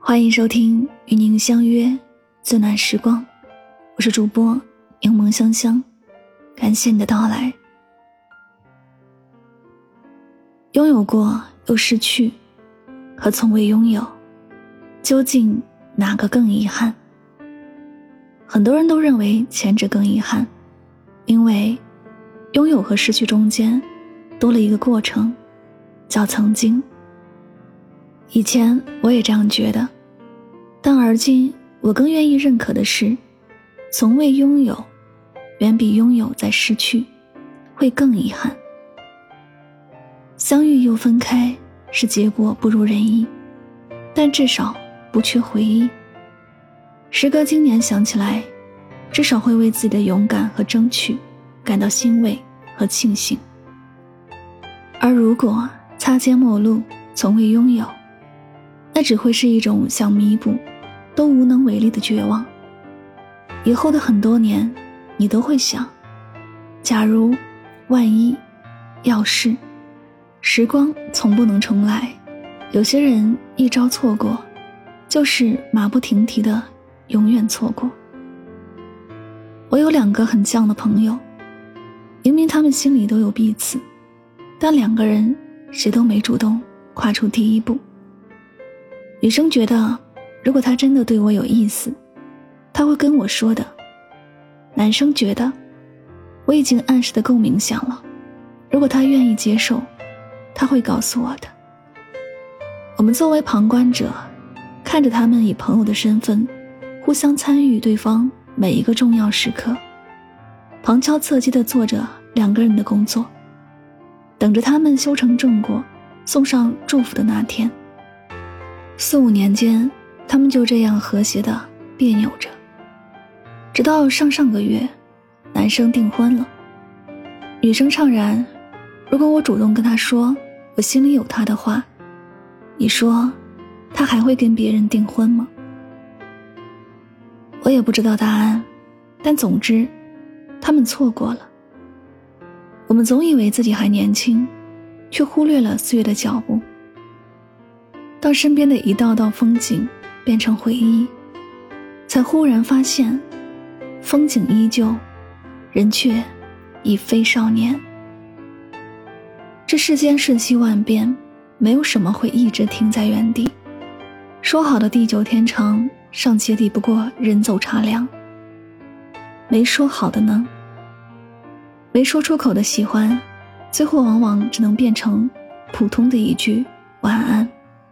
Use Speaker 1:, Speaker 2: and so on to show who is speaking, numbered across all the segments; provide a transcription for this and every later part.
Speaker 1: 欢迎收听与您相约最暖时光，我是主播柠檬香香，感谢你的到来。拥有过又失去，和从未拥有，究竟哪个更遗憾？很多人都认为前者更遗憾，因为拥有和失去中间多了一个过程，叫曾经。以前我也这样觉得，但而今我更愿意认可的是，从未拥有远比拥有再失去会更遗憾。相遇又分开是结果不如人意，但至少不缺回忆。时隔今年想起来，至少会为自己的勇敢和争取感到欣慰和庆幸。而如果擦肩陌路，从未拥有，那只会是一种想弥补都无能为力的绝望。以后的很多年，你都会想，假如万一要是时光从不能重来，有些人一朝错过，就是马不停蹄的永远错过。我有2个很犟的朋友，明明他们心里都有彼此，但2个人谁都没主动跨出第一步。女生觉得，如果他真的对我有意思，他会跟我说的。男生觉得，我已经暗示得够明显了，如果他愿意接受，他会告诉我的。我们作为旁观者，看着他们以朋友的身份互相参与对方每一个重要时刻，旁敲侧击地做着2个人的工作，等着他们修成正果，送上祝福的那天。4、5年间，他们就这样和谐地别扭着，直到上个月，男生订婚了。女生怅然，如果我主动跟他说我心里有他的话，你说他还会跟别人订婚吗？我也不知道答案，但总之他们错过了。我们总以为自己还年轻，却忽略了岁月的脚步。当身边的一道道风景变成回忆，才忽然发现，风景依旧，人却已非少年。这世间瞬息万变，没有什么会一直停在原地。说好的地久天长，尚且抵不过人走茶凉。没说好的呢？没说出口的喜欢，最后往往只能变成普通的一句晚安。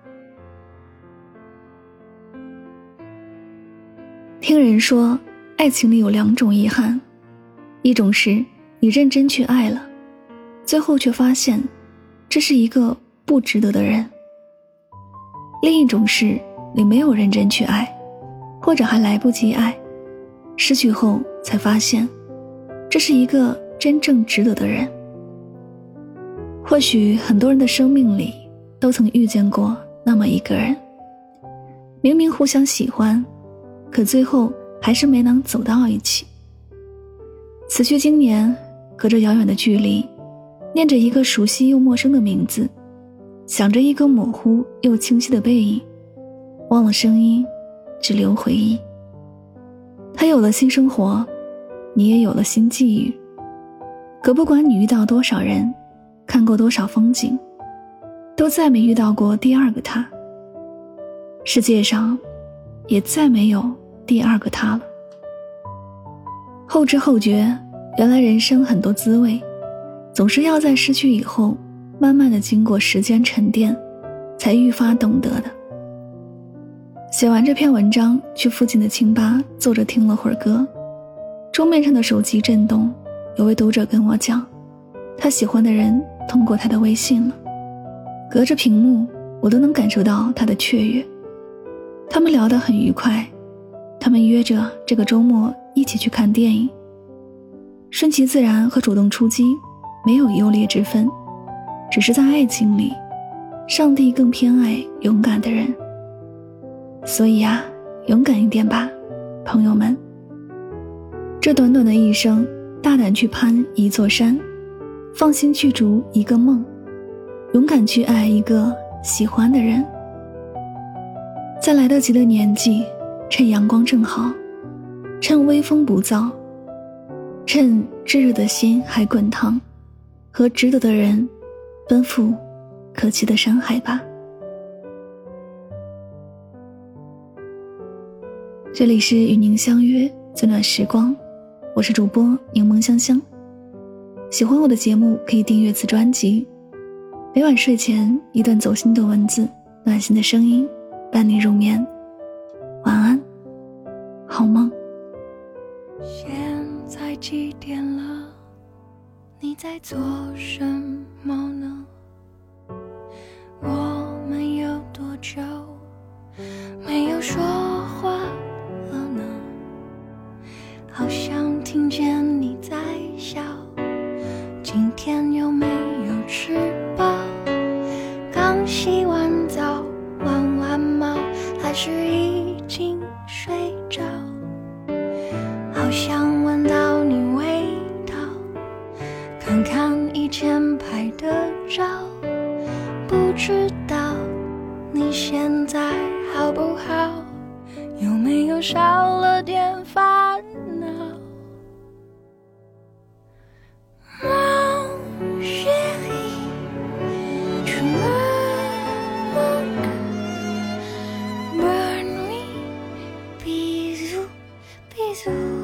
Speaker 1: 听人说，爱情里有2种遗憾，一种是你认真去爱了，最后却发现这是一个不值得的人；另一种是你没有认真去爱，或者还来不及爱，失去后才发现这是一个真正值得的人。或许很多人的生命里都曾遇见过那么一个人，明明互相喜欢，可最后还是没能走到一起。此去经年，隔着遥远的距离，念着一个熟悉又陌生的名字，想着一个模糊又清晰的背影，忘了声音，只留回忆。他有了新生活，你也有了新际遇。可不管你遇到多少人，看过多少风景，都再没遇到过第2个他。世界上也再没有第2个他了。后知后觉，原来人生很多滋味，总是要在失去以后，慢慢的经过时间沉淀，才愈发懂得的。写完这篇文章，去附近的清吧坐着听了会儿歌，桌面上的手机震动，有位读者跟我讲，他喜欢的人通过他的微信了。隔着屏幕，我都能感受到他的雀跃。他们聊得很愉快，他们约着这个周末一起去看电影。顺其自然和主动出击没有优劣之分，只是在爱情里，上帝更偏爱勇敢的人。所以啊，勇敢一点吧，朋友们。这短短的一生，大胆去攀一座山，放心去逐一个梦，勇敢去爱一个喜欢的人。 在来得及的年纪，趁阳光正好，趁微风不燥，趁炙热的心还滚烫，和值得的人奔赴可期的山海吧。这里是与您相约最暖时光，我是主播柠檬香香。喜欢我的节目可以订阅此专辑，每晚睡前一段走心的文字，暖心的声音，伴你入眠。晚安，好梦。
Speaker 2: 现在几点了？你在做什么呢？我们有多久没有说话了呢？好像听见你在笑，今天有没有吃饱？刚洗完澡，玩完猫，还是已经睡着？好想闻到你味道，看看以前拍的照，不知道你现在好不好，有没有少了点烦恼？Mon chéri, tu me manques. Bonne nuit, bisous, bisous.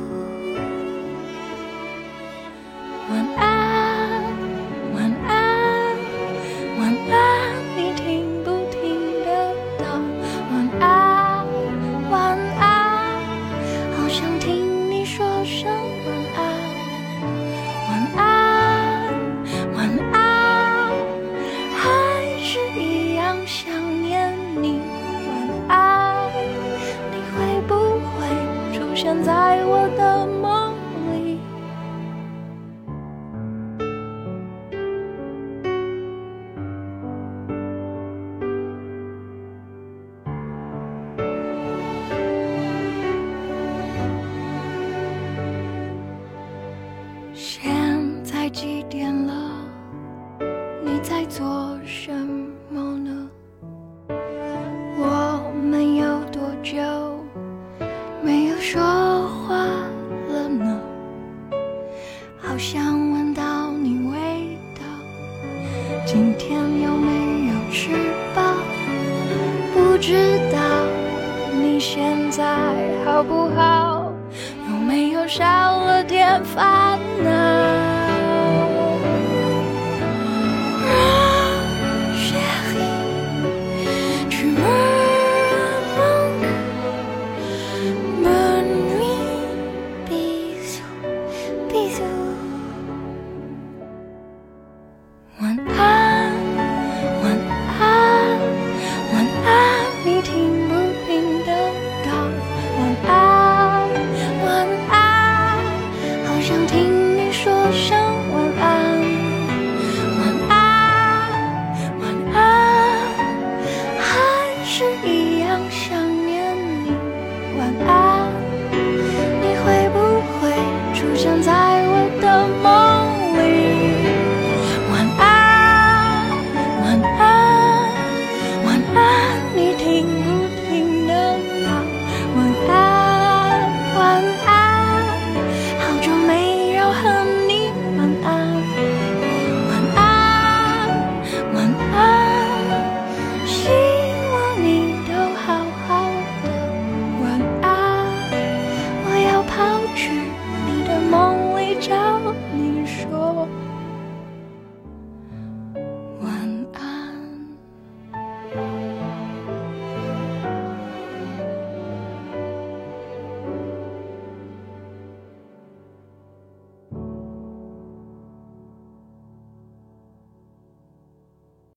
Speaker 2: 晚安，晚安，晚安，你听不听得到？晚安，晚安，好想听你说声晚安。晚安，晚安，还是一样想念你。晚安，你会不会出现在我的梦里？现在几点了？你在做什么呢？我们有多久没有说话了呢？好想闻到你味道，今天有没有吃饱？不知道你现在好不好，有没有少了点烦恼？